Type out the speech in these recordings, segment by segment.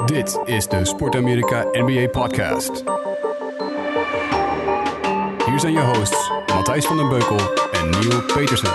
Dit is de Sport Amerika NBA podcast. Hier zijn je hosts Matthijs van den Beukel en Neil Petersen.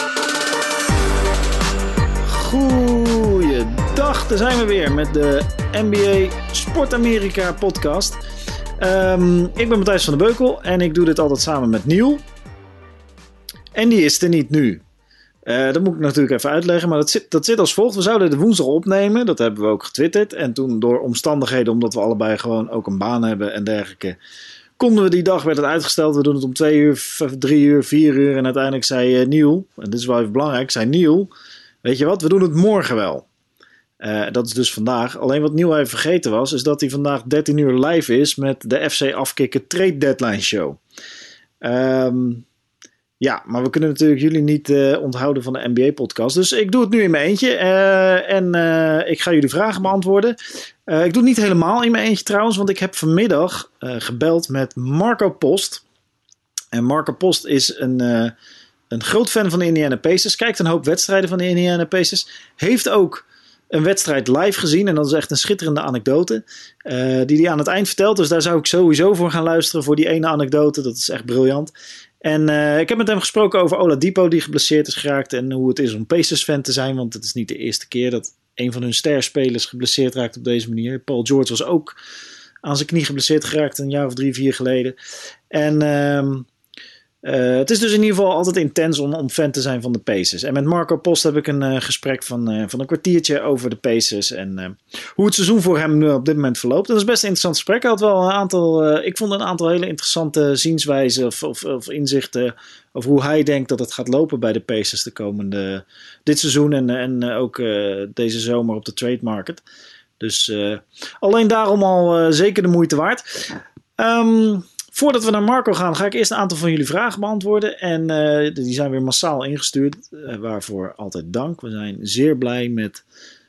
Goeiedag, daar zijn we weer met de NBA Sport Amerika podcast. Ik ben Matthijs van den Beukel en ik doe dit altijd samen met Neil. En die is er niet nu. Dat moet ik natuurlijk even uitleggen, maar dat zit als volgt. We zouden de woensdag opnemen, dat hebben we ook getwitterd. En toen door omstandigheden, omdat we allebei gewoon ook een baan hebben en dergelijke, konden we die dag, werd het uitgesteld. We doen het om 2 uur, 3 uur, 4 uur. En uiteindelijk zei Neil, en dit is wel even belangrijk, zei Neil, weet je wat, we doen het morgen wel. Dat is dus vandaag. Alleen wat Neil even vergeten was, is dat hij vandaag 13 uur live is met de FC Afkikken Trade Deadline Show. Ja, maar we kunnen natuurlijk jullie niet onthouden van de NBA-podcast. Dus ik doe het nu in mijn eentje. Ik ga jullie vragen beantwoorden. Ik doe het niet helemaal in mijn eentje trouwens. Want ik heb vanmiddag gebeld met Marco Post. En Marco Post is een groot fan van de Indiana Pacers. Kijkt een hoop wedstrijden van de Indiana Pacers. Heeft ook een wedstrijd live gezien. En dat is echt een schitterende anekdote. Die hij aan het eind vertelt. Dus daar zou ik sowieso voor gaan luisteren. Voor die ene anekdote. Dat is echt briljant. En ik heb met hem gesproken over Oladipo die geblesseerd is geraakt en hoe het is om Pacers-fan te zijn, want het is niet de eerste keer dat een van hun sterspelers geblesseerd raakt op deze manier. Paul George was ook aan zijn knie geblesseerd geraakt een jaar of 3, 4 geleden. En het is dus in ieder geval altijd intens om fan te zijn van de Pacers. En met Marco Post heb ik een gesprek van een kwartiertje over de Pacers en hoe het seizoen voor hem nu op dit moment verloopt. Dat is best een interessant gesprek. Hij had wel een aantal, ik vond een aantal hele interessante zienswijzen of inzichten over hoe hij denkt dat het gaat lopen bij de Pacers dit seizoen en ook deze zomer op de trade market. Dus alleen daarom al zeker de moeite waard. Voordat we naar Marco gaan, ga ik eerst een aantal van jullie vragen beantwoorden. En die zijn weer massaal ingestuurd. Waarvoor altijd dank. We zijn zeer blij met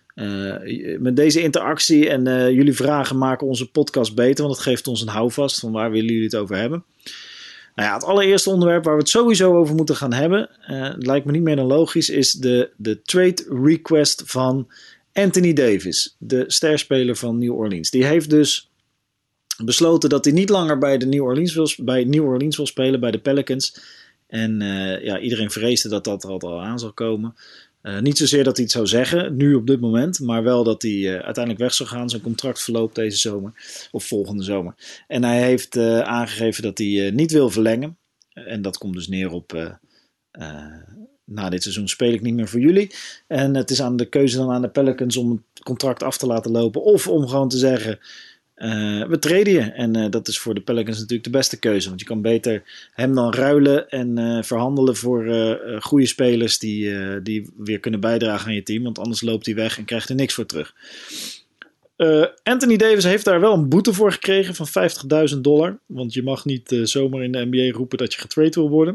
deze interactie. En jullie vragen maken onze podcast beter. Want het geeft ons een houvast van waar willen jullie het over hebben. Nou ja, het allereerste onderwerp waar we het sowieso over moeten gaan hebben. Het lijkt me niet meer dan logisch. Is de trade request van Anthony Davis. De sterspeler van New Orleans. Die heeft dus besloten dat hij niet langer bij New Orleans wil spelen, bij de Pelicans. En iedereen vreesde dat dat er al aan zou komen. Niet zozeer dat hij het zou zeggen, nu op dit moment, maar wel dat hij uiteindelijk weg zou gaan. Zijn contract verloopt deze zomer, of volgende zomer. En hij heeft aangegeven dat hij niet wil verlengen. En dat komt dus neer op na dit seizoen speel ik niet meer voor jullie. En het is aan de keuze dan aan de Pelicans om het contract af te laten lopen, of om gewoon te zeggen, we traden je. En dat is voor de Pelicans natuurlijk de beste keuze. Want je kan beter hem dan ruilen en verhandelen voor goede spelers die weer kunnen bijdragen aan je team. Want anders loopt hij weg en krijgt er niks voor terug. Anthony Davis heeft daar wel een boete voor gekregen van $50.000. Want je mag niet zomaar in de NBA roepen dat je getrade wil worden.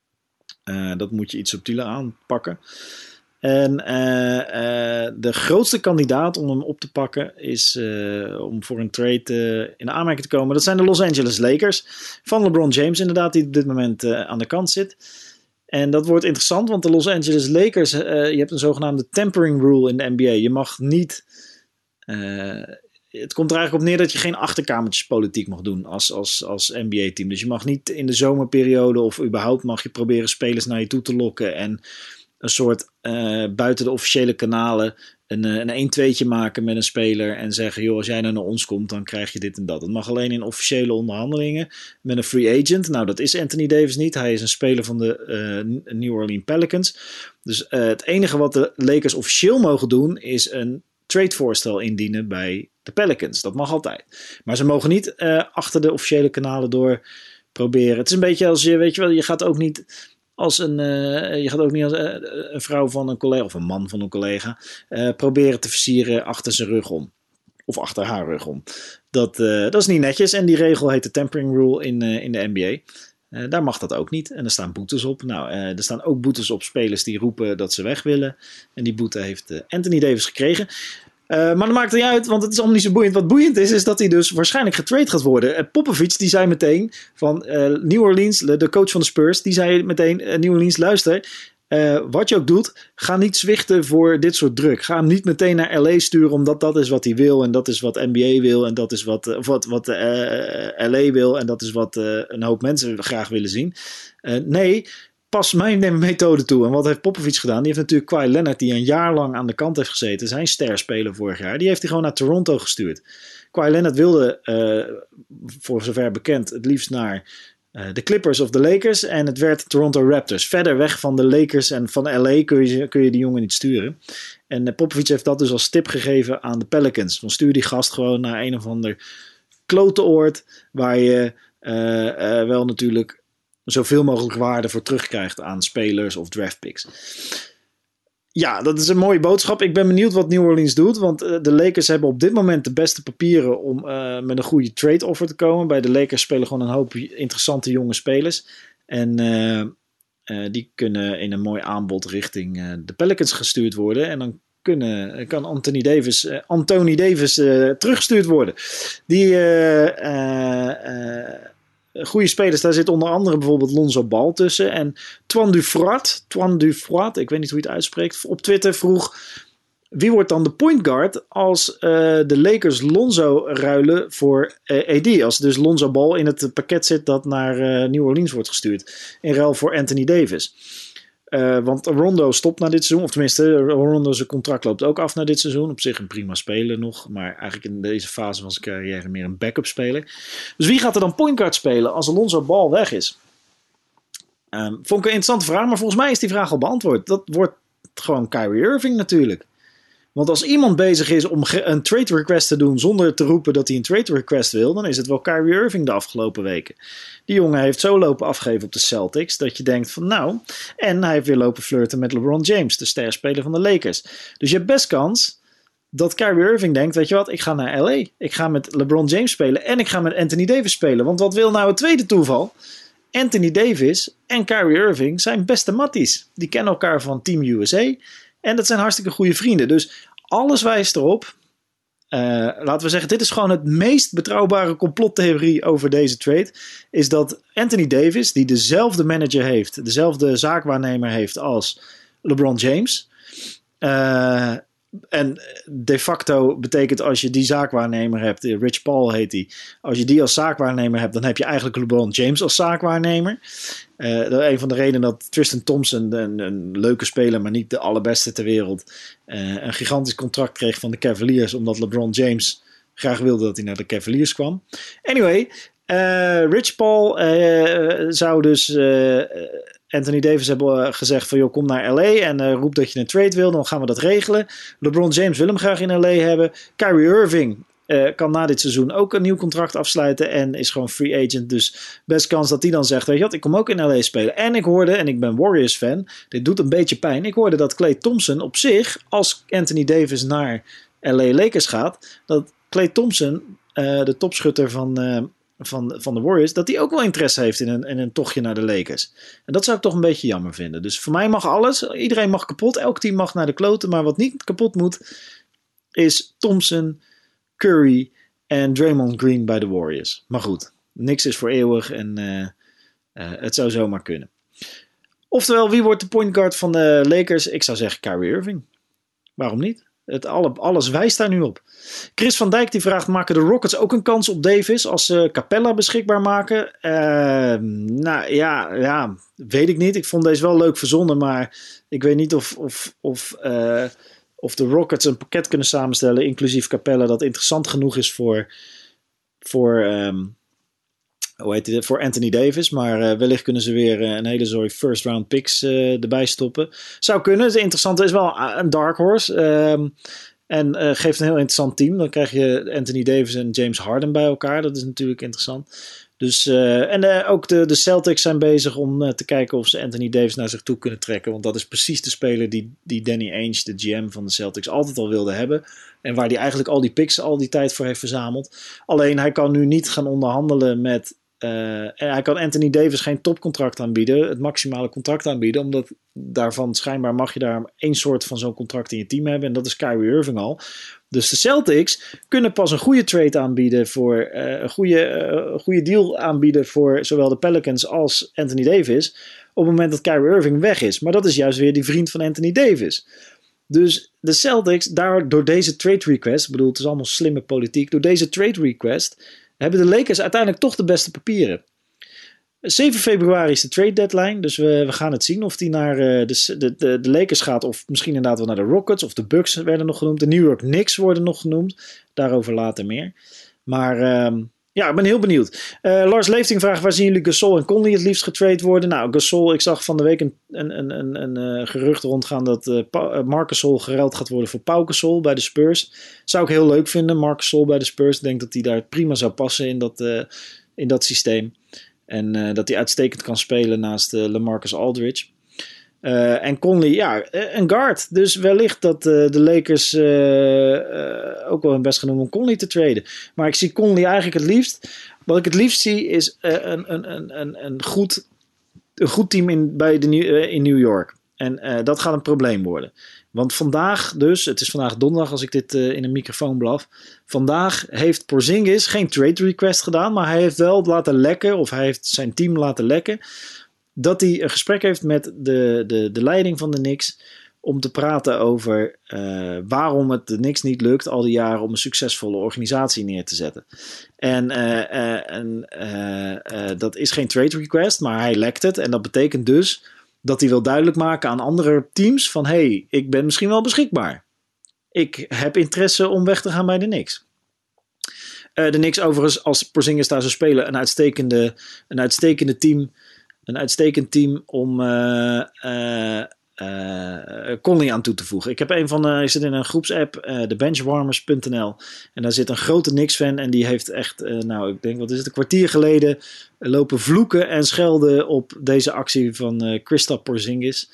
Dat moet je iets subtieler aanpakken. En de grootste kandidaat om hem op te pakken is om voor een trade in aanmerking te komen. Dat zijn de Los Angeles Lakers van LeBron James inderdaad, die op dit moment aan de kant zit. En dat wordt interessant, want de Los Angeles Lakers, je hebt een zogenaamde tampering rule in de NBA. Je mag niet, het komt er eigenlijk op neer dat je geen achterkamertjespolitiek mag doen als NBA-team. Dus je mag niet in de zomerperiode of überhaupt mag je proberen spelers naar je toe te lokken en een soort buiten de officiële kanalen een 1-2'tje maken met een speler en zeggen, joh, als jij nou naar ons komt, dan krijg je dit en dat. Het mag alleen in officiële onderhandelingen met een free agent. Nou, dat is Anthony Davis niet. Hij is een speler van de New Orleans Pelicans. Dus het enige wat de Lakers officieel mogen doen is een tradevoorstel indienen bij de Pelicans. Dat mag altijd. Maar ze mogen niet achter de officiële kanalen door proberen. Het is een beetje als je, weet je wel, je gaat ook niet als een vrouw van een collega of een man van een collega proberen te versieren achter zijn rug om. Of achter haar rug om. Dat is niet netjes. En die regel heet de tampering rule in de NBA. Daar mag dat ook niet. En er staan boetes op. Nou, er staan ook boetes op spelers die roepen dat ze weg willen. En die boete heeft Anthony Davis gekregen. Maar dat maakt het niet uit, want het is allemaal niet zo boeiend. Wat boeiend is dat hij dus waarschijnlijk getrade gaat worden. Popovich die zei meteen van New Orleans, de coach van de Spurs, die zei meteen, New Orleans, luister, Wat je ook doet, ga niet zwichten voor dit soort druk. Ga hem niet meteen naar LA sturen, omdat dat is wat hij wil. En dat is wat NBA wil. En dat is wat LA wil. En dat is wat een hoop mensen graag willen zien. Nee, pas mijn methode toe. En wat heeft Popovic gedaan? Die heeft natuurlijk Kawhi Leonard, die een jaar lang aan de kant heeft gezeten. Zijn sterspeler vorig jaar. Die heeft hij gewoon naar Toronto gestuurd. Kawhi Leonard wilde, voor zover bekend, het liefst naar de Clippers of de Lakers. En het werd Toronto Raptors. Verder weg van de Lakers en van LA kun je die jongen niet sturen. En Popovic heeft dat dus als tip gegeven aan de Pelicans. Van stuur die gast gewoon naar een of ander klote oord, waar je wel natuurlijk zoveel mogelijk waarde voor terugkrijgt aan spelers of draftpicks. Ja, dat is een mooie boodschap. Ik ben benieuwd wat New Orleans doet. Want de Lakers hebben op dit moment de beste papieren om met een goede trade offer te komen. Bij de Lakers spelen gewoon een hoop interessante jonge spelers. En die kunnen in een mooi aanbod richting de Pelicans gestuurd worden. En dan kan Anthony Davis teruggestuurd worden. Die goede spelers, daar zit onder andere bijvoorbeeld Lonzo Ball tussen. En Twan Dufrat, ik weet niet hoe je het uitspreekt, op Twitter vroeg: wie wordt dan de point guard als de Lakers Lonzo ruilen voor AD? Als dus Lonzo Ball in het pakket zit dat naar New Orleans wordt gestuurd. In ruil voor Anthony Davis. Want Rondo stopt na dit seizoen. Of tenminste, Rondo zijn contract loopt ook af na dit seizoen. Op zich een prima speler nog. Maar eigenlijk in deze fase van zijn carrière meer een backup speler. Dus wie gaat er dan point guard spelen als Lonzo Ball weg is? Vond ik een interessante vraag. Maar volgens mij is die vraag al beantwoord. Dat wordt gewoon Kyrie Irving natuurlijk. Want als iemand bezig is om een trade request te doen zonder te roepen dat hij een trade request wil, dan is het wel Kyrie Irving de afgelopen weken. Die jongen heeft zo lopen afgeven op de Celtics dat je denkt van nou, en hij heeft weer lopen flirten met LeBron James, de sterspeler van de Lakers. Dus je hebt best kans dat Kyrie Irving denkt, weet je wat, ik ga naar LA. Ik ga met LeBron James spelen en ik ga met Anthony Davis spelen. Want wat wil nou het tweede toeval? Anthony Davis en Kyrie Irving zijn beste matties. Die kennen elkaar van Team USA. En dat zijn hartstikke goede vrienden. Dus alles wijst erop. Laten we zeggen, dit is gewoon het meest betrouwbare complottheorie over deze trade. Is dat Anthony Davis, die dezelfde manager heeft, dezelfde zaakwaarnemer heeft als LeBron James. En de facto betekent als je die zaakwaarnemer hebt, Rich Paul heet die. Als je die als zaakwaarnemer hebt, dan heb je eigenlijk LeBron James als zaakwaarnemer. Een van de redenen dat Tristan Thompson, een leuke speler, maar niet de allerbeste ter wereld, een gigantisch contract kreeg van de Cavaliers, omdat LeBron James graag wilde dat hij naar de Cavaliers kwam. Anyway, Rich Paul zou dus Anthony Davis hebben gezegd van joh, kom naar LA en roep dat je een trade wil, dan gaan we dat regelen. LeBron James wil hem graag in LA hebben. Kyrie Irving kan na dit seizoen ook een nieuw contract afsluiten en is gewoon free agent. Dus best kans dat hij dan zegt, weet je wat, ik kom ook in LA spelen. En ik hoorde, en ik ben Warriors fan, dit doet een beetje pijn, ik hoorde dat Klay Thompson op zich, als Anthony Davis naar LA Lakers gaat, dat Klay Thompson, de topschutter van de Warriors, dat hij ook wel interesse heeft in een tochtje naar de Lakers. En dat zou ik toch een beetje jammer vinden. Dus voor mij mag alles, iedereen mag kapot, elk team mag naar de kloten, maar wat niet kapot moet, is Thompson, Curry en Draymond Green bij de Warriors. Maar goed, niks is voor eeuwig en het zou zomaar kunnen. Oftewel, wie wordt de point guard van de Lakers? Ik zou zeggen Kyrie Irving. Waarom niet? Alles wijst daar nu op. Chris van Dijk die vraagt, maken de Rockets ook een kans op Davis als ze Capella beschikbaar maken? Nou ja, weet ik niet. Ik vond deze wel leuk verzonnen, maar ik weet niet of de Rockets een pakket kunnen samenstellen, inclusief Capella, dat interessant genoeg is voor Anthony Davis. Maar wellicht kunnen ze weer een hele zooi first round picks erbij stoppen. Zou kunnen. Het interessante is wel een dark horse. En geeft een heel interessant team. Dan krijg je Anthony Davis en James Harden bij elkaar. Dat is natuurlijk interessant. Dus, ook de Celtics zijn bezig om te kijken of ze Anthony Davis naar zich toe kunnen trekken. Want dat is precies de speler die Danny Ainge, de GM van de Celtics, altijd al wilde hebben. En waar hij eigenlijk al die picks al die tijd voor heeft verzameld. Alleen hij kan nu niet gaan onderhandelen met... hij kan Anthony Davis geen topcontract aanbieden, het maximale contract aanbieden, omdat daarvan schijnbaar mag je daar één soort van zo'n contract in je team hebben en dat is Kyrie Irving al. Dus de Celtics kunnen pas een goede trade aanbieden voor een goede deal aanbieden voor zowel de Pelicans als Anthony Davis op het moment dat Kyrie Irving weg is. Maar dat is juist weer die vriend van Anthony Davis. Dus de Celtics, door deze trade request, ik bedoel, het is allemaal slimme politiek, door deze trade request hebben de Lakers uiteindelijk toch de beste papieren. 7 februari is de trade deadline, dus we gaan het zien of die naar de Lakers gaat of misschien inderdaad wel naar de Rockets of de Bucks werden nog genoemd. De New York Knicks worden nog genoemd, daarover later meer. Maar ja, ik ben heel benieuwd. Lars Leefting vraagt, waar zien jullie Gasol en Conley het liefst getrade worden? Nou, Gasol, ik zag van de week een gerucht rondgaan dat Marc Gasol geruild gaat worden voor Pau Gasol bij de Spurs. Zou ik heel leuk vinden, Marc Gasol bij de Spurs. Ik denk dat hij daar prima zou passen in dat systeem. En dat hij uitstekend kan spelen naast LaMarcus Aldridge. En Conley, ja, een guard. Dus wellicht dat de Lakers ook wel hun best gaan doen om Conley te traden. Maar ik zie Conley eigenlijk het liefst. Wat ik het liefst zie is een goed team in New York. En dat gaat een probleem worden. Want vandaag dus, het is vandaag donderdag als ik dit in een microfoon blaf. Vandaag heeft Porzingis geen trade request gedaan. Maar hij heeft wel laten lekken, of hij heeft zijn team laten lekken, dat hij een gesprek heeft met de leiding van de Knicks om te praten over waarom het de Knicks niet lukt al die jaren om een succesvolle organisatie neer te zetten. En dat is geen trade request, maar hij lekt het. En dat betekent dus dat hij wil duidelijk maken aan andere teams van hey, ik ben misschien wel beschikbaar. Ik heb interesse om weg te gaan bij de Knicks. De Knicks overigens, als Porzingis daar zou spelen, een uitstekend team om Conley aan toe te voegen. Ik zit in een groepsapp, de benchwarmers.nl, en daar zit een grote Knicks-fan en die heeft echt, ik denk, wat is het, een kwartier geleden lopen vloeken en schelden op deze actie van Kristaps Porzingis.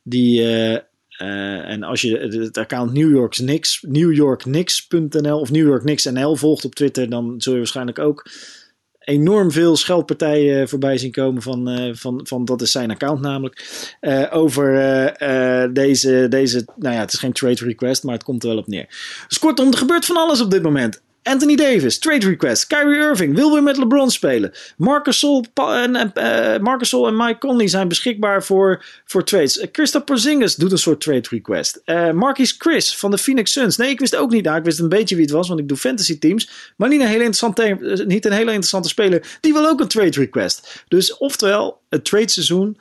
En als je het account newyorknicks.nl of New York Knicks NL volgt op Twitter, dan zul je waarschijnlijk ook enorm veel scheldpartijen voorbij zien komen van dat is zijn account namelijk, over deze, het is geen trade request, maar het komt er wel op neer. Dus kortom, er gebeurt van alles op dit moment. Anthony Davis, trade request. Kyrie Irving wil weer met LeBron spelen. Marc Gasol en Mike Conley zijn beschikbaar voor trades. Kristaps Porzingis doet een soort trade request. Marquise Chris van de Phoenix Suns. Nee, ik wist ook niet. Ik wist een beetje wie het was, want ik doe fantasy teams. Maar niet een hele interessante speler. Die wil ook een trade request. Dus oftewel, het trade seizoen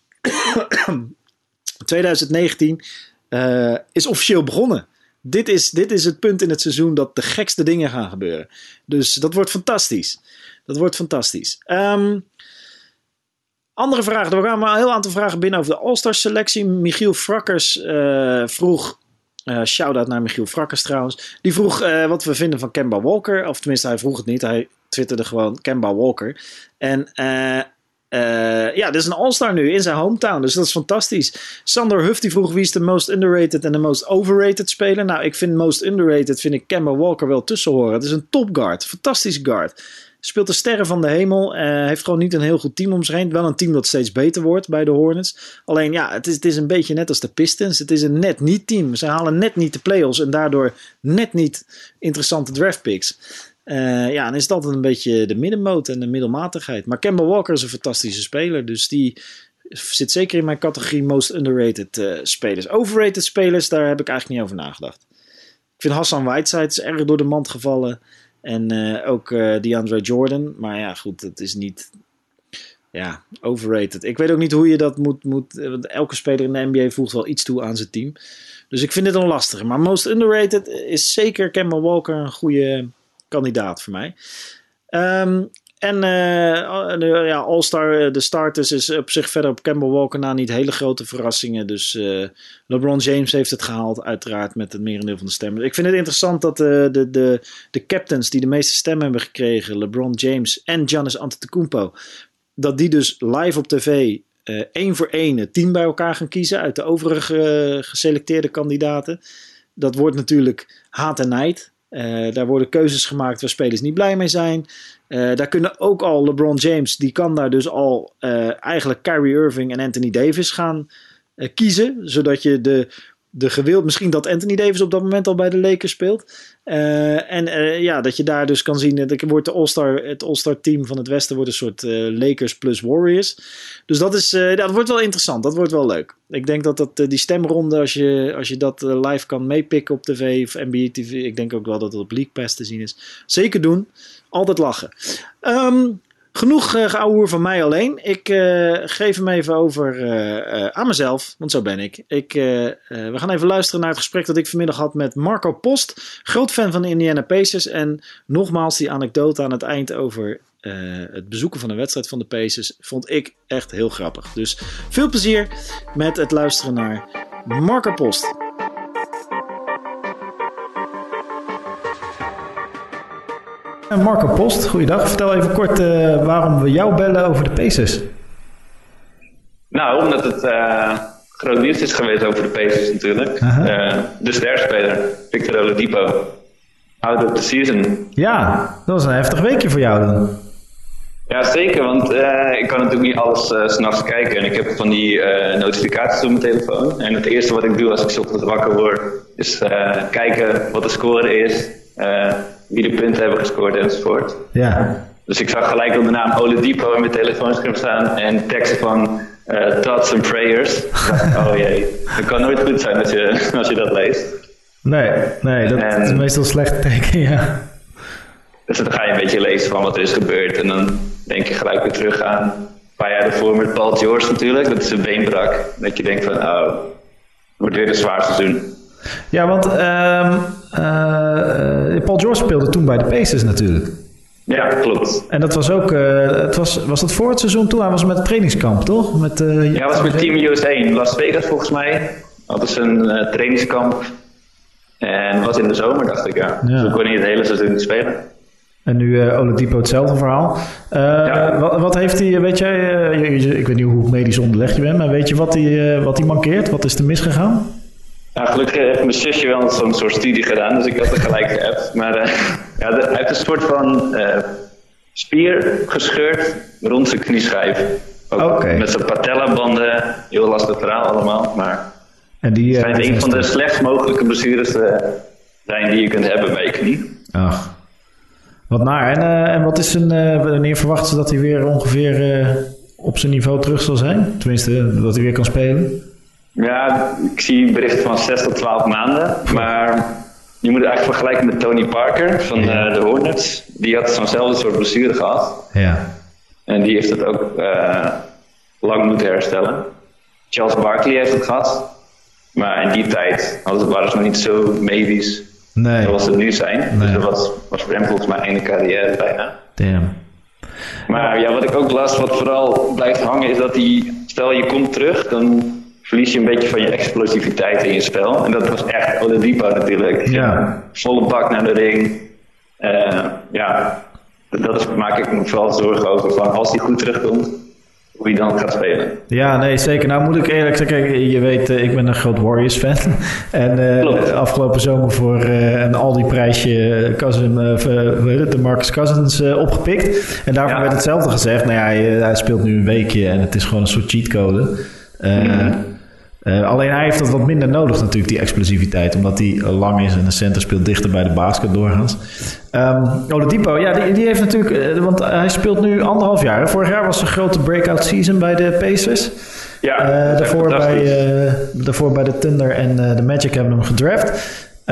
2019 is officieel begonnen. Dit is het punt in het seizoen dat de gekste dingen gaan gebeuren. Dus dat wordt fantastisch. Andere vragen. Er kwamen een heel aantal vragen binnen over de All-Star selectie. Michiel Frakkers vroeg, shout-out naar Michiel Frakkers trouwens. Die vroeg wat we vinden van Kemba Walker. Of tenminste, hij vroeg het niet. Hij twitterde gewoon Kemba Walker. En dit is een All-Star nu in zijn hometown. Dus dat is fantastisch. Sander Huff die vroeg wie is de most underrated en de most overrated speler. Nou, ik vind most underrated vind ik Kemba Walker wel tussen horen. Het is een topguard. Fantastische guard. Speelt de sterren van de hemel. Heeft gewoon niet een heel goed team om zich heen. Wel een team dat steeds beter wordt bij de Hornets. Alleen ja, het is een beetje net als de Pistons. Het is een net niet team. Ze halen net niet de playoffs en daardoor net niet interessante draftpicks. Dan is het altijd een beetje de middenmoot en de middelmatigheid. Maar Kemba Walker is een fantastische speler. Dus die zit zeker in mijn categorie most underrated spelers. Overrated spelers, daar heb ik eigenlijk niet over nagedacht. Ik vind Hassan Whiteside is erg door de mand gevallen. En ook DeAndre Jordan. Maar ja, goed, het is niet overrated. Ik weet ook niet hoe je dat moet. Want elke speler in de NBA voegt wel iets toe aan zijn team. Dus ik vind dit een lastige. Maar most underrated is zeker Kemba Walker een goede kandidaat voor mij. All-Star, de starters is op zich verder op Kemba Walker na niet hele grote verrassingen. Dus LeBron James heeft het gehaald, uiteraard met het merendeel van de stemmen. Ik vind het interessant dat de captains die de meeste stemmen hebben gekregen, LeBron James en Giannis Antetokounmpo, dat die dus live op tv 1 voor 1 het team bij elkaar gaan kiezen uit de overige geselecteerde kandidaten. Dat wordt natuurlijk haat en nijd. Daar worden keuzes gemaakt waar spelers niet blij mee zijn. Daar kunnen ook al LeBron James, die kan daar dus al eigenlijk Kyrie Irving en Anthony Davis gaan kiezen. Zodat je misschien dat Anthony Davis op dat moment al bij de Lakers speelt. Dat je daar dus kan zien, dat wordt het All-Star team van het Westen wordt een soort Lakers plus Warriors. Dus dat wordt wel interessant, dat wordt wel leuk. Ik denk dat die stemronde, als je dat live kan meepikken op tv of NBA TV, ik denk ook wel dat het op League Pass te zien is. Zeker doen, altijd lachen. Genoeg geouwehoer van mij alleen. Ik geef hem even over aan mezelf, want zo ben ik. We gaan even luisteren naar het gesprek dat ik vanmiddag had met Marco Post. Groot fan van de Indiana Pacers. En nogmaals die anekdote aan het eind over het bezoeken van een wedstrijd van de Pacers vond ik echt heel grappig. Dus veel plezier met het luisteren naar Marco Post. Marco Post, goeiedag. Vertel even kort waarom we jou bellen over de Pacers. Nou, omdat het groot nieuws is geweest over de Pacers natuurlijk. De sterspeler, Victor Oladipo. Out of the season. Ja, dat was een heftig weekje voor jou dan. Ja, zeker, want ik kan natuurlijk niet alles 's nachts kijken. En ik heb van die notificaties op mijn telefoon. En het eerste wat ik doe als ik 's ochtends wakker word, is kijken wat de score is. Wie de punten hebben gescoord enzovoort. Ja. Dus ik zag gelijk op de naam Oladipo in mijn telefoonscherm staan en teksten van thoughts and prayers. Oh jee, dat kan nooit goed zijn als je dat leest. Nee, dat is meestal een slecht teken, ja. Dus dan ga je een beetje lezen van wat er is gebeurd en dan denk je gelijk weer terug aan een paar jaar ervoor met Paul George natuurlijk, dat zijn been brak. Dat je denkt van, het wordt weer een zwaar seizoen. Ja, want Paul George speelde toen bij de Pacers natuurlijk. Ja, klopt. En dat was ook, was dat voor het seizoen toen? Hij was met het trainingskamp, toch? Hij was met Team USA in Las Vegas volgens mij. Hadden ze een trainingskamp. En was in de zomer, dacht ik, ja. Dus ik kon niet het hele seizoen spelen. En nu Oladipo hetzelfde verhaal. Wat heeft hij, weet jij, ik weet niet hoe medisch onderlegd je bent, maar weet je wat hij mankeert? Wat is er misgegaan? Nou, gelukkig heeft mijn zusje wel zo'n soort studie gedaan, dus ik had het gelijk geappt. Maar hij heeft een soort van spier gescheurd rond zijn knieschijf. Met zijn patellabanden, heel lastig verhaal allemaal. Maar het schijnt een van de slechtst mogelijke blessures zijn die je kunt hebben bij je knie. Ach, wat naar. En wat is wanneer verwachten ze dat hij weer ongeveer op zijn niveau terug zal zijn? Tenminste, dat hij weer kan spelen? Ja, ik zie berichten van 6 tot 12 maanden. Maar je moet het eigenlijk vergelijken met Tony Parker van de Hornets. Die had zo'nzelfde soort blessure gehad. Ja. En die heeft het ook lang moeten herstellen. Charles Barkley heeft het gehad. Maar in die tijd waren ze nog niet zo medisch zoals ze nu zijn. Nee. Dus dat was voor hem volgens mij einde carrière bijna. Damn. Maar wat ik ook las, wat vooral blijft hangen, is dat stel je komt terug, dan verlies je een beetje van je explosiviteit in je spel. En dat was echt Oladipo natuurlijk. Ja. Volle bak naar de ring. Maak ik me vooral zorgen over van als hij goed terugkomt, hoe hij dan gaat spelen. Ja, nee, zeker. Nou moet ik eerlijk zeggen, je weet, ik ben een groot Warriors fan. En afgelopen zomer voor een Aldi-prijsje de Marcus Cousins opgepikt. En daarvoor werd hetzelfde gezegd. Nou ja, hij speelt nu een weekje en het is gewoon een soort cheatcode. Alleen hij heeft dat wat minder nodig natuurlijk, die explosiviteit. Omdat hij lang is en de center speelt dichter bij de basket doorgaans. Oladipo, die heeft natuurlijk... want hij speelt nu 1,5 jaar. Vorig jaar was zijn grote breakout season bij de Pacers. Ja, daarvoor bij de Thunder en de Magic hebben hem gedraft.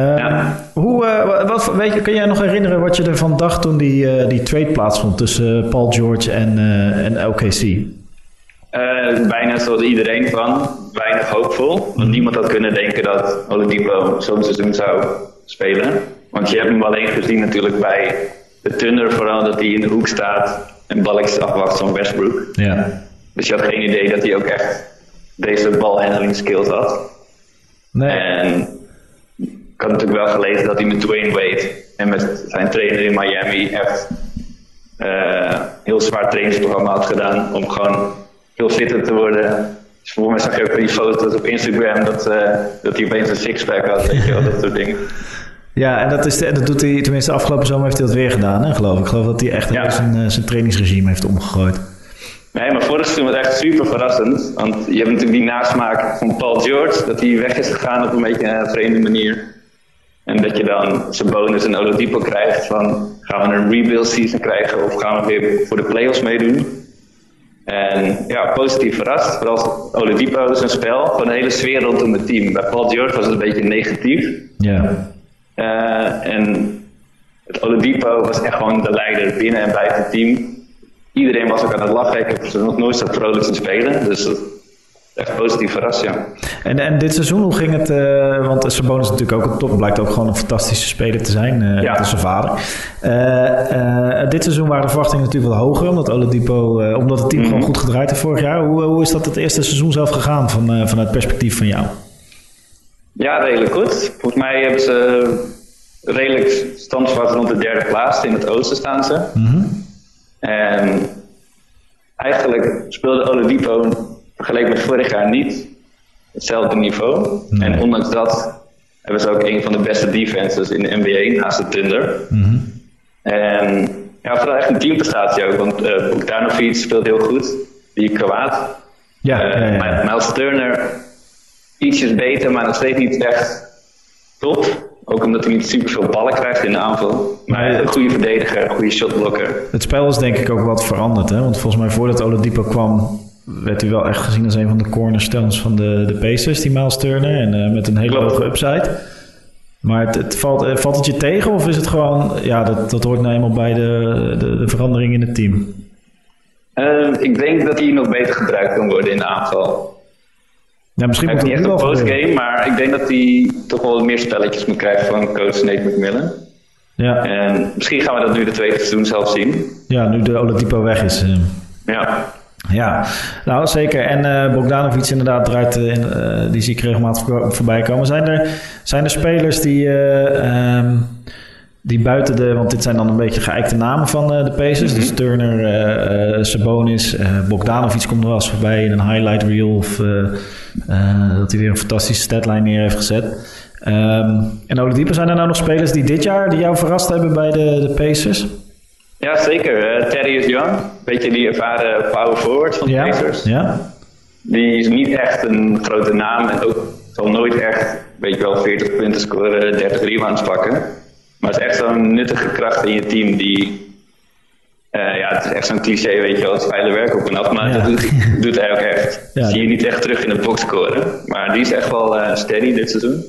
Kun jij nog herinneren wat je ervan dacht toen die trade plaatsvond tussen Paul George en OKC? Bijna zoals iedereen weinig hoopvol. Want niemand had kunnen denken dat Oladipo zo'n seizoen zou spelen. Want je hebt hem alleen gezien natuurlijk bij de Thunder, vooral dat hij in de hoek staat en balletjes afwacht van Westbrook. Ja. Dus je had geen idee dat hij ook echt deze balhandling skills had. Nee. En ik had natuurlijk wel gelezen dat hij met Dwayne Wade en met zijn trainer in Miami echt heel zwaar trainingsprogramma had gedaan om gewoon veel fitter te worden. Dus voor mij zag je ook die foto's op Instagram dat hij opeens een sixpack had, weet je wel, dat soort dingen. Ja, en dat doet hij, tenminste afgelopen zomer heeft hij dat weer gedaan, hè, geloof ik. Ik geloof dat hij echt zijn trainingsregime heeft omgegooid. Nee, maar vorig seizoen was echt super verrassend. Want je hebt natuurlijk die nasmaak van Paul George, dat hij weg is gegaan op een beetje een vreemde manier. En dat je dan Sabonis en Oladipo krijgt van, gaan we een rebuild season krijgen of gaan we weer voor de playoffs meedoen? En ja, positief verrast. Vooral Oladipo, zijn spel, gewoon een hele sfeer rondom het team. Bij Paul George was het een beetje negatief. Ja. En het Oladipo was echt gewoon de leider binnen en buiten het team. Iedereen was ook aan het lachen. Ik heb ze nog nooit zo vrolijk zien spelen. Dus echt positief verrast, ja. En dit seizoen, hoe ging het? Want Sabonis is natuurlijk ook een top. Blijkt ook gewoon een fantastische speler te zijn. Dat is zijn vader. Dit seizoen waren de verwachtingen natuurlijk wat hoger. Omdat het team gewoon goed gedraaid heeft vorig jaar. Hoe is dat het eerste seizoen zelf gegaan vanuit het perspectief van jou? Ja, redelijk goed. Volgens mij hebben ze redelijk standvast rond de 3e plaats. In het oosten staan ze. Mm-hmm. En eigenlijk speelde Oladipo vergeleken met vorig jaar niet hetzelfde niveau. Nee. En ondanks dat hebben ze ook een van de beste defenses in de NBA naast de Thunder. Mm-hmm. En ja, vooral echt een teamprestatie ook. Want Bogdanovic speelt heel goed. Die kwaad. Ja. Miles Turner ietsjes beter, maar nog steeds niet echt top. Ook omdat hij niet super veel ballen krijgt in de aanval. Maar een goede verdediger, een goede shotblokker. Het spel is denk ik ook wat veranderd. Hè? Want volgens mij voordat Oladipo kwam, werd hij wel echt gezien als een van de cornerstones van de Pacers, die Miles Turner. En met een hele hoge upside. Maar valt het je tegen of is het gewoon, ja, dat hoort nou eenmaal bij de verandering in het team? Ik denk dat hij nog beter gebruikt kan worden in de aanval. Ja, misschien hij moet niet echt een postgame, maar ik denk dat hij toch wel meer spelletjes moet krijgen van coach Nate McMillan. Ja. En misschien gaan we dat nu de tweede seizoen zelf zien. Ja, nu de Oladipo weg is. Ja, nou zeker. En Bogdanovic inderdaad draait, die zie ik regelmatig voorbij komen. Zijn er spelers die buiten de... Want dit zijn dan een beetje geëikte namen van de Pacers. Mm-hmm. Dus Turner, Sabonis, Bogdanovic komt er wel eens voorbij in een highlight reel. Of dat hij weer een fantastische statline neer heeft gezet. En Oladipo, zijn er nou nog spelers die jou verrast hebben bij de Pacers? Ja, zeker. Thaddeus Young, een beetje die ervaren power forward van de Pacers. Ja. Die is niet echt een grote naam en ook zal nooit echt, weet je wel, 40 punten scoren, 30 rebounds pakken. Maar het is echt zo'n nuttige kracht in je team die... het is echt zo'n cliché, weet je wel, het vuile werk op en af, maar dat doet hij ook echt. Ja. Zie je niet echt terug in de box scoren. Maar die is echt wel steady dit seizoen.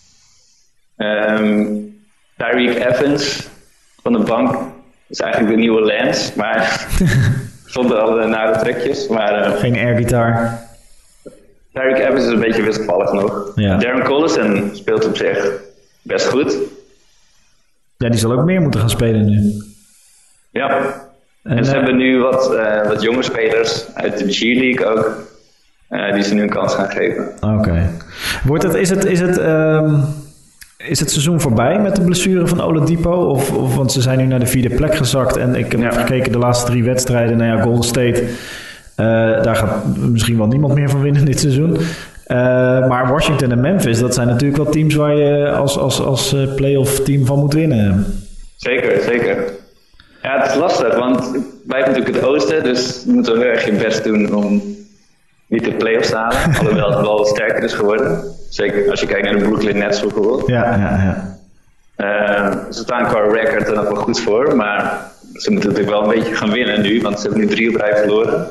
Tyreke Evans van de bank is eigenlijk de nieuwe Lance, maar zonder alle nare trekjes. Maar, geen airgitaar. Tyreke Evans is een beetje wisselvallig nog. Ja. Darren Collison speelt op zich best goed. Ja, die zal ook meer moeten gaan spelen nu. Ja. En ze hebben nu wat jonge spelers uit de G-League ook, die ze nu een kans gaan geven. Oké. Is het seizoen voorbij met de blessure van Oladipo? Want ze zijn nu naar de 4e plek gezakt. En ik heb gekeken de laatste 3 wedstrijden. Nou ja, Golden State, daar gaat misschien wel niemand meer van winnen dit seizoen. Maar Washington en Memphis, dat zijn natuurlijk wel teams waar je als playoff team van moet winnen. Zeker, zeker. Ja, het is lastig, want wij hebben natuurlijk het oosten, dus je moet wel heel erg je best doen om niet de playoffs te halen. Alhoewel het wel sterker is geworden. Zeker als je kijkt naar de Brooklyn Nets bijvoorbeeld. Ja. Ze staan qua record er nog wel goed voor, maar ze moeten natuurlijk wel een beetje gaan winnen nu, want ze hebben nu 3 op rij verloren.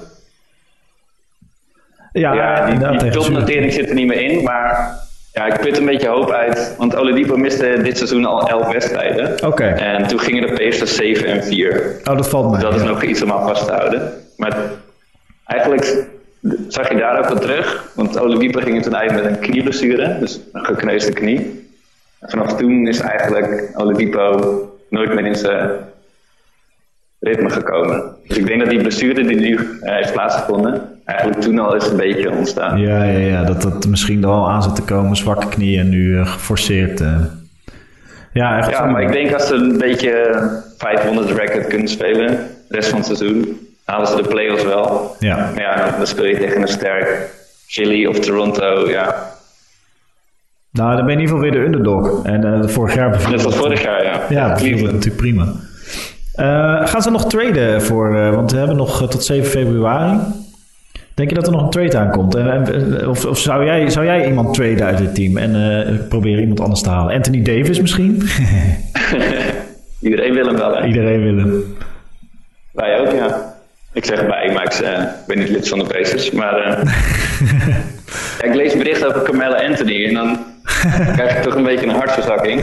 Die topnotering zit er niet meer in, maar ja, ik put een beetje hoop uit. Want Oladipo miste dit seizoen al 11 wedstrijden. Okay. En toen gingen de Pacers 7 en 4. Oh, dat valt me. Dus dat is nog iets om aan vast te houden. Maar eigenlijk zag je daar ook wel terug. Want Oladipo ging toen uit met een knieblessure. Dus een gekneusde knie. En vanaf toen is eigenlijk Oladipo nooit meer in zijn ritme gekomen. Dus ik denk dat die blessure die nu heeft plaatsgevonden, eigenlijk toen al is een beetje ontstaan. Ja, dat misschien er al aan zit te komen, zwakke knieën en nu geforceerd. Maar ik denk als ze een beetje 500 record kunnen spelen, de rest van het seizoen, halen ze de playoffs wel. Ja. Maar ja, dan speel je tegen een sterk Philly of Toronto, ja. Nou, dan ben je in ieder geval weer de underdog. En vorig jaar... Dat was vorig jaar, ja. Ja, dat is natuurlijk prima. Gaan ze nog traden want we hebben nog tot 7 februari. Denk je dat er nog een trade aankomt? Of zou jij iemand traden uit dit team en proberen iemand anders te halen? Anthony Davis misschien? Iedereen wil hem wel, hè? Iedereen wil hem. Wij ook, ja. Ik zeg erbij, maar ik ben niet lid van de Pacers. Maar ik lees berichten over Carmelo Anthony en dan krijg ik toch een beetje een hartverzakking.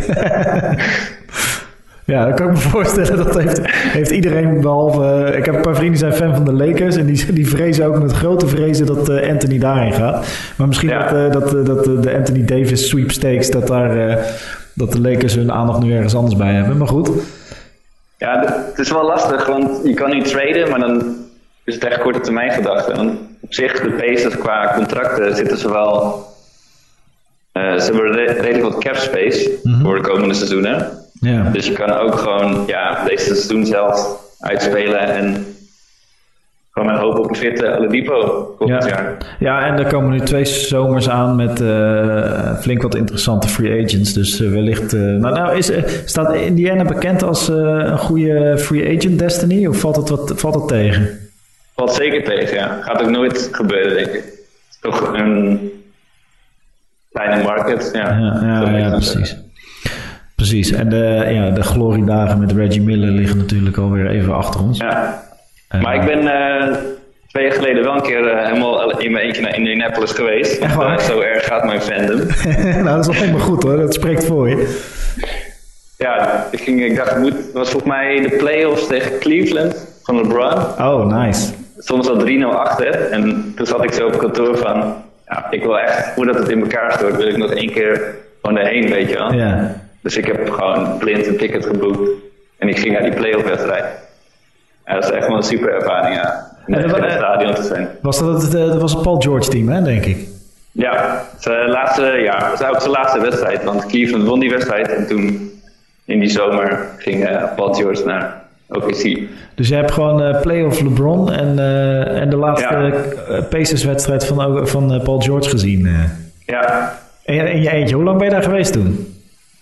Ja, dat kan ik me voorstellen. Dat heeft iedereen behalve... Ik heb een paar vrienden die zijn fan van de Lakers en die vrezen ook met grote vrezen dat Anthony daarheen gaat. Maar misschien dat de Anthony Davis sweepstakes, dat de Lakers hun aandacht nu ergens anders bij hebben. Maar goed. Ja, het is wel lastig, want je kan niet traden, maar dan is het echt korte termijn gedachte. En op zich, de Pacers qua contracten zitten ze wel... ze hebben redelijk wat cap space voor de komende seizoenen. Ja. Dus je kan ook gewoon deze seizoen zelf uitspelen en gewoon met hoop op een fitte Oladipo volgend jaar. Ja, en er komen nu 2 zomers aan met flink wat interessante free agents. Dus wellicht... staat Indiana bekend als een goede free agent destiny? Of valt het tegen? Valt zeker tegen, ja. Gaat ook nooit gebeuren, denk ik. Toch een kleine market. Ja, precies. Precies. En de gloriedagen met Reggie Miller liggen natuurlijk alweer even achter ons. Ja. Maar ik ben 2 jaar geleden wel een keer helemaal in mijn eentje naar Indianapolis geweest. Echt waar? Zo erg gaat mijn fandom. Nou, dat is wel helemaal goed hoor. Dat spreekt voor je. Ja, ik dacht, het was volgens mij de playoffs tegen Cleveland van LeBron. Oh, nice. Soms al 3-0 achter. En toen zat ik zo op kantoor van... Ja, ik wil echt, hoe dat het in elkaar stort, wil ik nog 1 keer gewoon erheen, weet je wel. Ja. Dus ik heb gewoon blind een ticket geboekt. En ik ging naar die playoff wedstrijd. Ja, dat is echt wel een super ervaring, ja. Om in het stadion te zijn. Dat was het Paul George team, hè, denk ik? Ja, dat was ook zijn laatste wedstrijd. Want Cleveland won die wedstrijd. En toen, in die zomer, ging Paul George naar OKC. Dus je hebt gewoon playoff LeBron en de laatste Pacers-wedstrijd van Paul George gezien. Ja. En in je eentje. Hoe lang ben je daar geweest toen?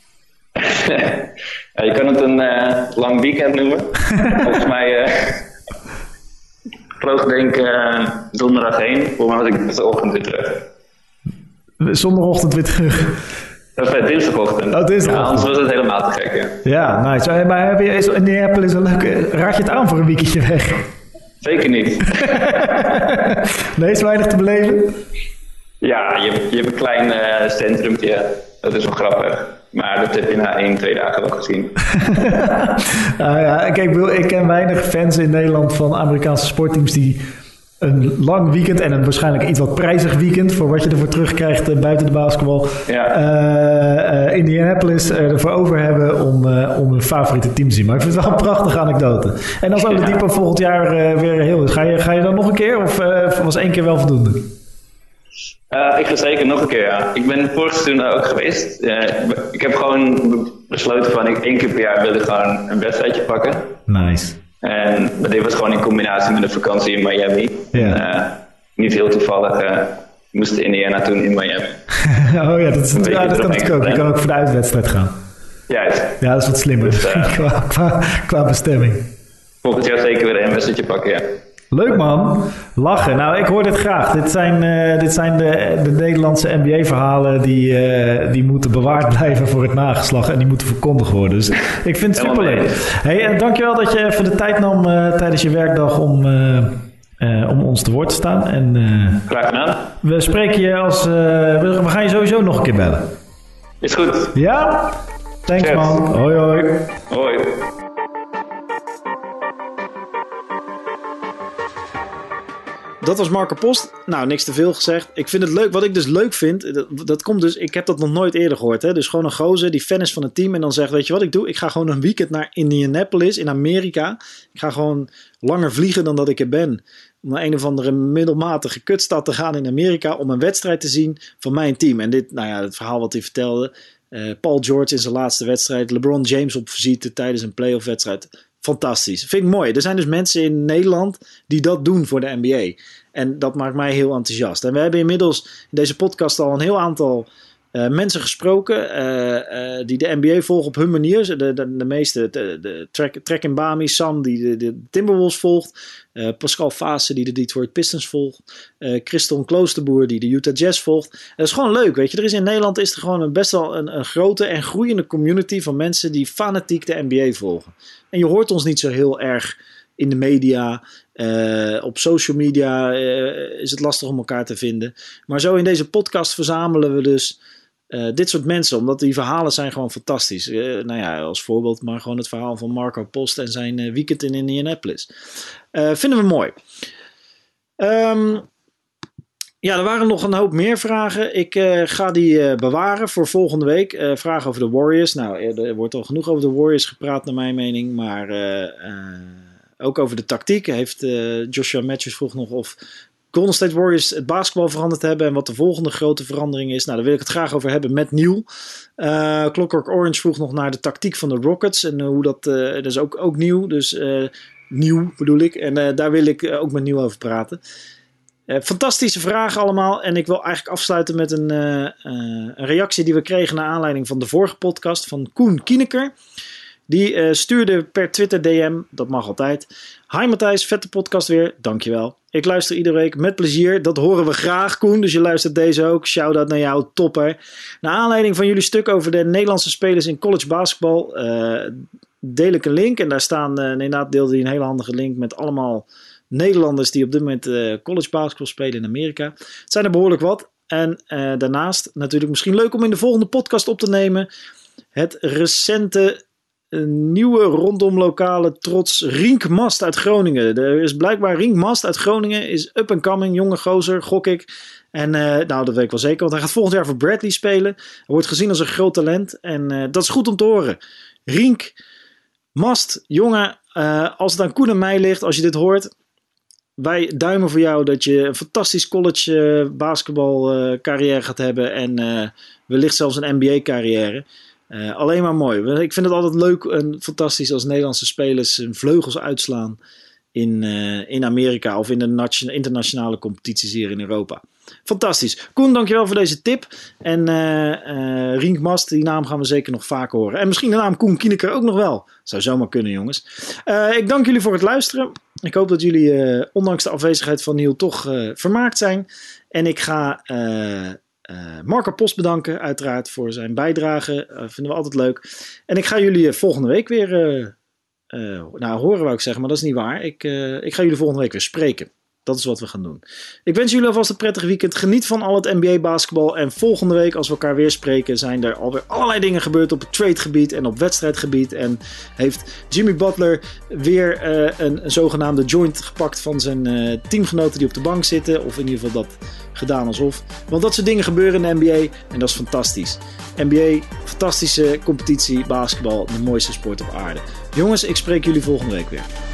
Ja, je kan het een lang weekend noemen. Volgens mij... vloog denk donderdag heen. Volgens mij was ik de ochtend weer terug. Zondagochtend weer terug? Dinsdagochtend. Oh, dinsdagochtend. Ja, anders was het helemaal te gek, ja. Ja, nice. Maar heb je in Indianapolis een leuke... Raad je het aan voor een weekendje weg? Zeker niet. Nee, is weinig te beleven? Ja, je hebt een klein centrumpje. Dat is wel grappig. Maar dat heb je na 1-2 dagen wel gezien. Kijk, ik ken weinig fans in Nederland van Amerikaanse sportteams die een lang weekend en een waarschijnlijk iets wat prijzig weekend voor wat je ervoor terugkrijgt buiten de basketbal. Ja. Indianapolis ervoor over hebben om een favoriete team te zien. Maar ik vind het wel een prachtige anekdote. En als Oladipo volgend jaar weer heel is, ga je dan nog een keer of was 1 keer wel voldoende? Ik ga zeker nog een keer, ja. Ik ben vorig seizoen ook geweest. Ik heb gewoon besloten van 1 keer per jaar wil ik gewoon een wedstrijdje pakken. Nice. En dit was gewoon in combinatie met een vakantie in Miami. Yeah. Niet heel toevallig moest Indiana toen in Miami. Oh ja, dat kan natuurlijk ook. Je kan ook voor de uitwedstrijd gaan. Juist. Ja, dat is wat slimmer dus, qua bestemming. Volgend jaar zeker weer een wedstrijdje pakken, ja. Leuk man, lachen. Nou, ik hoor dit graag. Dit zijn de Nederlandse NBA-verhalen die moeten bewaard blijven voor het nageslacht en die moeten verkondigd worden. Dus ik vind het superleuk. Hey, dankjewel dat je even de tijd nam tijdens je werkdag om ons te woord te staan. En, graag gedaan. We spreken je we gaan je sowieso nog een keer bellen. Is goed. Ja? Thanks Cheers. man. Hoi hoi. Hoi. Dat was Marco Post. Nou, niks te veel gezegd. Ik vind het leuk. Wat ik dus leuk vind, dat komt dus... Ik heb dat nog nooit eerder gehoord. Hè? Dus gewoon een gozer die fan is van een team en dan zegt, weet je wat ik doe? Ik ga gewoon een weekend naar Indianapolis in Amerika. Ik ga gewoon langer vliegen dan dat ik er ben. Om naar een of andere middelmatige kutstad te gaan in Amerika om een wedstrijd te zien van mijn team. En dit, nou ja, het verhaal wat hij vertelde. Paul George in zijn laatste wedstrijd. LeBron James op visite tijdens een playoff wedstrijd. Fantastisch. Vind ik mooi. Er zijn dus mensen in Nederland die dat doen voor de NBA. En dat maakt mij heel enthousiast. En we hebben inmiddels in deze podcast al een heel aantal Mensen gesproken die de NBA volgen op hun manier. De meeste, de Trek en Bami, Sam die de Timberwolves volgt. Pascal Vaassen die de Detroit Pistons volgt. Christon Kloosterboer die de Utah Jazz volgt. Dat is gewoon leuk, weet je. Er is in Nederland is er gewoon best wel een grote en groeiende community van mensen die fanatiek de NBA volgen. En je hoort ons niet zo heel erg in de media. Op social media is het lastig om elkaar te vinden. Maar zo in deze podcast verzamelen we dus dit soort mensen. Omdat die verhalen zijn gewoon fantastisch. Nou ja, als voorbeeld maar gewoon het verhaal van Marco Post en zijn weekend in Indianapolis. Vinden we mooi. Ja, er waren nog een hoop meer vragen. Ik ga die bewaren voor volgende week. Vragen over de Warriors. Nou, er wordt al genoeg over de Warriors gepraat naar mijn mening. Maar ook over de tactiek. Heeft Joshua Matthews vroeg nog of Golden State Warriors het basketbal veranderd hebben. En wat de volgende grote verandering is. Nou, daar wil ik het graag over hebben met Nieuw. Clockwork Orange vroeg nog naar de tactiek van de Rockets. En hoe dat is ook nieuw. Dus nieuw bedoel ik. En daar wil ik ook met Nieuw over praten. Fantastische vragen allemaal. En ik wil eigenlijk afsluiten met een reactie die we kregen naar aanleiding van de vorige podcast van Koen Kieneker. Die stuurde per Twitter DM, dat mag altijd. Hi Matthijs, vette podcast weer, dankjewel. Ik luister iedere week met plezier, dat horen we graag Koen, dus je luistert deze ook. Shout-out naar jou, topper. Naar aanleiding van jullie stuk over de Nederlandse spelers in college basketbal deel ik een link. En daar staan, inderdaad deelde hij een hele handige link met allemaal Nederlanders die op dit moment college basketbal spelen in Amerika. Het zijn er behoorlijk wat. En daarnaast natuurlijk misschien leuk om in de volgende podcast op te nemen. Het recente nieuwe rondom lokale trots Rienk Mast uit Groningen. Er is blijkbaar Rienk Mast uit Groningen. Is up and coming, jonge gozer, gok ik. En nou, dat weet ik wel zeker. Want hij gaat volgend jaar voor Bradley spelen. Hij wordt gezien als een groot talent. En dat is goed om te horen. Rienk Mast, jongen. Als het aan Koen en mij ligt, als je dit hoort. Wij duimen voor jou dat je een fantastisch college basketbal carrière gaat hebben. En wellicht zelfs een NBA carrière. Alleen maar mooi. Ik vind het altijd leuk en fantastisch als Nederlandse spelers hun vleugels uitslaan in Amerika of in de internationale competities hier in Europa. Fantastisch. Koen, dankjewel voor deze tip. En Rienk Mast, die naam gaan we zeker nog vaker horen. En misschien de naam Koen Kieneker ook nog wel. Zou zomaar kunnen, jongens. Ik dank jullie voor het luisteren. Ik hoop dat jullie, ondanks de afwezigheid van Niel, toch vermaakt zijn. En ik ga Marco Post bedanken, uiteraard, voor zijn bijdrage. Vinden we altijd leuk. En ik ga jullie volgende week weer horen, wou ik zeggen, maar dat is niet waar. Ik ga jullie volgende week weer spreken. Dat is wat we gaan doen. Ik wens jullie alvast een prettig weekend. Geniet van al het NBA basketbal. En volgende week, als we elkaar weer spreken, zijn er alweer allerlei dingen gebeurd op het tradegebied en op wedstrijdgebied. En heeft Jimmy Butler weer een zogenaamde joint gepakt van zijn teamgenoten die op de bank zitten. Of in ieder geval dat gedaan alsof. Want dat soort dingen gebeuren in de NBA en dat is fantastisch. NBA, fantastische competitie, basketbal, de mooiste sport op aarde. Jongens, ik spreek jullie volgende week weer.